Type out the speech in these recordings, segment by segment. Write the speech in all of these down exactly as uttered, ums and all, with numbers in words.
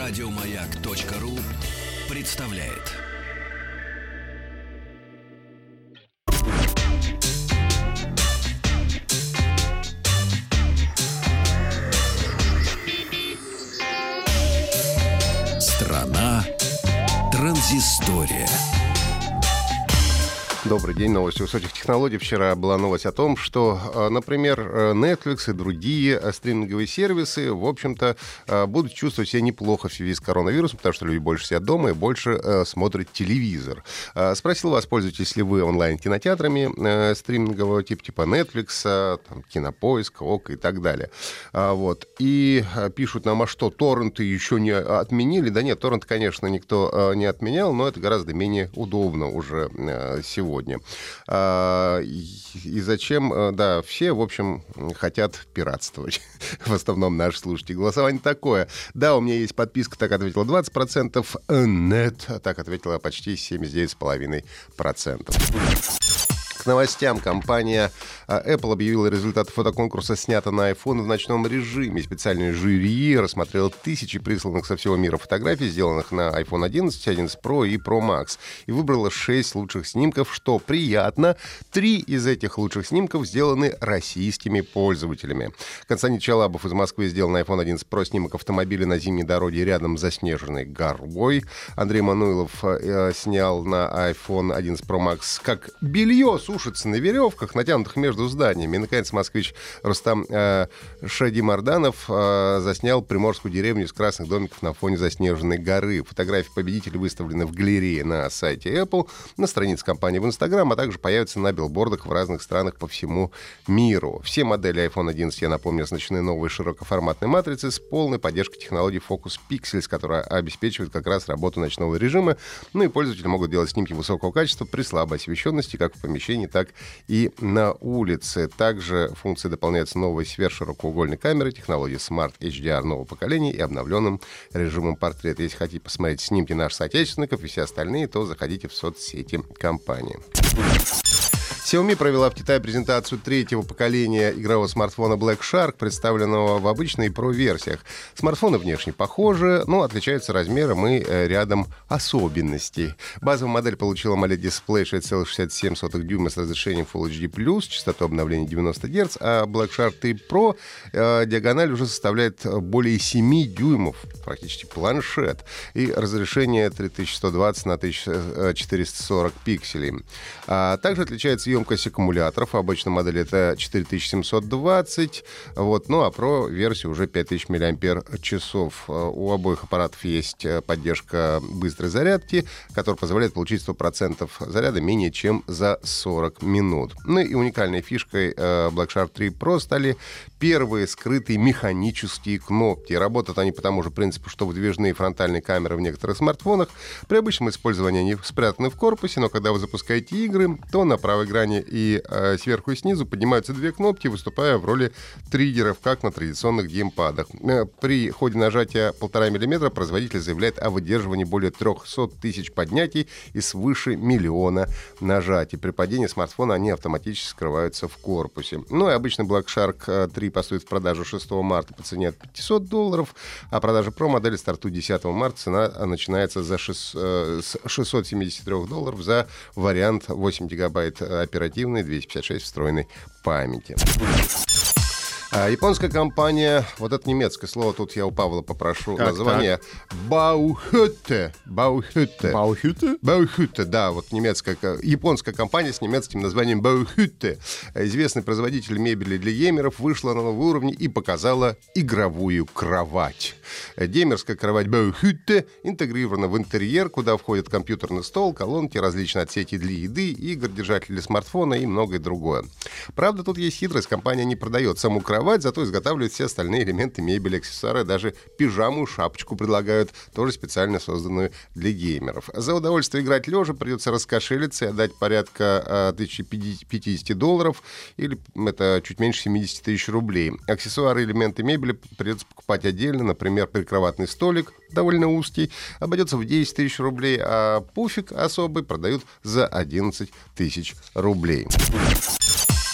Радиомаяк.ру представляет. Страна транзистория. Добрый день, новости высоких технологий. Вчера была новость о том, что, например, Netflix и другие стриминговые сервисы, в общем-то, будут чувствовать себя неплохо в связи с коронавирусом, потому что люди больше сидят дома и больше смотрят телевизор. Спросил вас, пользуетесь ли вы онлайн-кинотеатрами стримингового типа, типа Netflix, там, Кинопоиск, ОК и так далее. Вот. И пишут нам, а что, торренты еще не отменили? Да нет, торренты, конечно, никто не отменял, но это гораздо менее удобно уже сегодня. Сегодня. И зачем? Да, все, в общем, хотят пиратствовать. В основном наши слушатели. Голосование такое. Да, у меня есть подписка, так ответило двадцать процентов. Нет, так ответила почти семьдесят девять целых пять десятых процента. К новостям. Компания Apple объявила результаты фотоконкурса «Снято на iPhone» в ночном режиме. Специальное жюри рассмотрело тысячи присланных со всего мира фотографий, сделанных на iPhone одиннадцать, одиннадцать Pro и Pro Max. И выбрало шесть лучших снимков, что приятно. Три из этих лучших снимков сделаны российскими пользователями. Константин Чалабов из Москвы сделал на iPhone одиннадцать Pro снимок автомобиля на зимней дороге рядом с заснеженной горой. Андрей Мануилов э, снял на iPhone одиннадцать Pro Max, как белье сушится на веревках, натянутых между зданиями. И, наконец, москвич Рустам э, Шадимарданов э, заснял приморскую деревню из красных домиков на фоне заснеженной горы. Фотографии победителей выставлены в галерее на сайте Apple, на странице компании в Instagram, а также появятся на билбордах в разных странах по всему миру. Все модели iPhone одиннадцать, я напомню, оснащены новой широкоформатной матрицей с полной поддержкой технологии Focus Pixels, которая обеспечивает как раз работу ночного режима. Ну и пользователи могут делать снимки высокого качества при слабой освещенности, как в помещении, так и на улице. Также функции дополняются новой сверхширокоугольной камерой, технологией Smart эйч ди ар нового поколения и обновленным режимом портрета. Если хотите посмотреть снимки наших соотечественников и все остальные, то заходите в соцсети компании. Xiaomi провела в Китае презентацию третьего поколения игрового смартфона Black Shark, представленного в обычной и Pro-версиях. Смартфоны внешне похожи, но отличаются размером и рядом особенностей. Базовая модель получила AMOLED-дисплей шесть целых шестьдесят семь сотых дюйма с разрешением Full эйч ди плюс, частоту обновления девяносто герц, а Black Shark три Pro э, диагональ уже составляет более семи дюймов, практически планшет, и разрешение три тысячи сто двадцать на тысяча четыреста сорок пикселей. А также отличается емкость аккумуляторов. Обычно модель это четыре тысячи семьсот двадцать, вот, ну а Pro версия уже пять тысяч миллиампер-часов. У обоих аппаратов есть поддержка быстрой зарядки, которая позволяет получить сто процентов заряда менее чем за сорок минут. Ну и уникальной фишкой Black Shark три Pro стали первые скрытые механические кнопки. Работают они по тому же принципу, что выдвижные фронтальные камеры в некоторых смартфонах. При обычном использовании они спрятаны в корпусе, но когда вы запускаете игры, то на правой грани и э, сверху и снизу поднимаются две кнопки, выступая в роли триггеров, как на традиционных геймпадах. Э, при ходе нажатия полтора миллиметра производитель заявляет о выдерживании более трехсот тысяч поднятий и свыше миллиона нажатий. При падении смартфона они автоматически скрываются в корпусе. Ну и обычно Black Shark три поступит в продажу шестого марта по цене от пятисот долларов, а продажа Pro модели стартует десятого марта. Цена начинается за шесть, э, с шестисот семидесяти трёх долларов за вариант восемь гигабайт оперативной, двести пятьдесят шесть встроенной памяти. А японская компания, вот это немецкое слово, тут я у Павла попрошу как название. Bauhütte. Bauhütte. Bauhütte? Bauhütte, да, вот немецкая, японская компания с немецким названием Bauhütte. Известный производитель мебели для геймеров вышла на новый уровень и показала игровую кровать. Геймерская кровать Bauhütte интегрирована в интерьер, куда входит компьютерный стол, колонки, различные отсеки для еды, игр, держатели смартфона и многое другое. Правда, тут есть хитрость. Компания не продает саму кровать, зато изготавливают все остальные элементы мебели, аксессуары, даже пижаму, шапочку предлагают, тоже специально созданную для геймеров. За удовольствие играть лежа придется раскошелиться и отдать порядка тысячи пятидесяти долларов, или это чуть меньше семидесяти тысяч рублей. Аксессуары и элементы мебели придется покупать отдельно, например, прикроватный столик, довольно узкий, обойдется в десять тысяч рублей, а пуфик особый продают за одиннадцать тысяч рублей.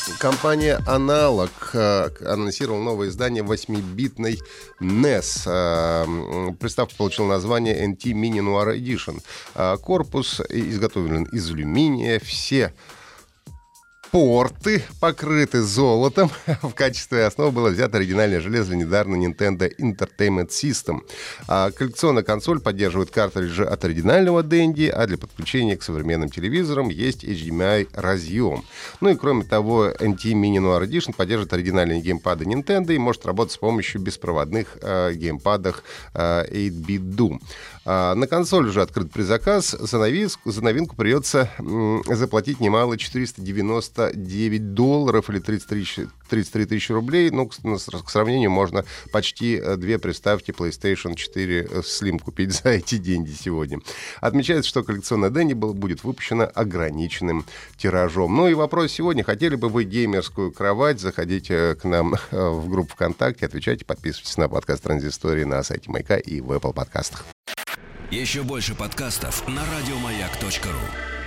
Компания Analog э, анонсировала новое издание восьмибитной эн и эс. Э, приставка получила название эн ти Mini Noir Edition. Э, корпус изготовлен из алюминия. Все порты покрыты золотом. В качестве основы было взято оригинальное железо легендарной Nintendo Entertainment System. А коллекционная консоль поддерживает картриджи от оригинального Dendy, а для подключения к современным телевизорам есть эйч ди эм ай-разъем. Ну и кроме того, эн ти Mini Noir Edition поддерживает оригинальные геймпады Nintendo и может работать с помощью беспроводных э, геймпадов э, восемь-бит Doom. А на консоль уже открыт предзаказ. За, новинку, за новинку придется м, заплатить немало четыреста девяносто девять долларов или тридцать три тысячи рублей. Ну, к, к сравнению, можно почти две приставки PlayStation четыре Slim купить за эти деньги сегодня. Отмечается, что коллекционная Dendy будет выпущена ограниченным тиражом. Ну и вопрос сегодня. Хотели бы вы геймерскую кровать? Заходите к нам в группу ВКонтакте, отвечайте, подписывайтесь на подкаст «Транзистория» на сайте Маяка и в Apple подкастах. Еще больше подкастов на радиомаяк точка ру.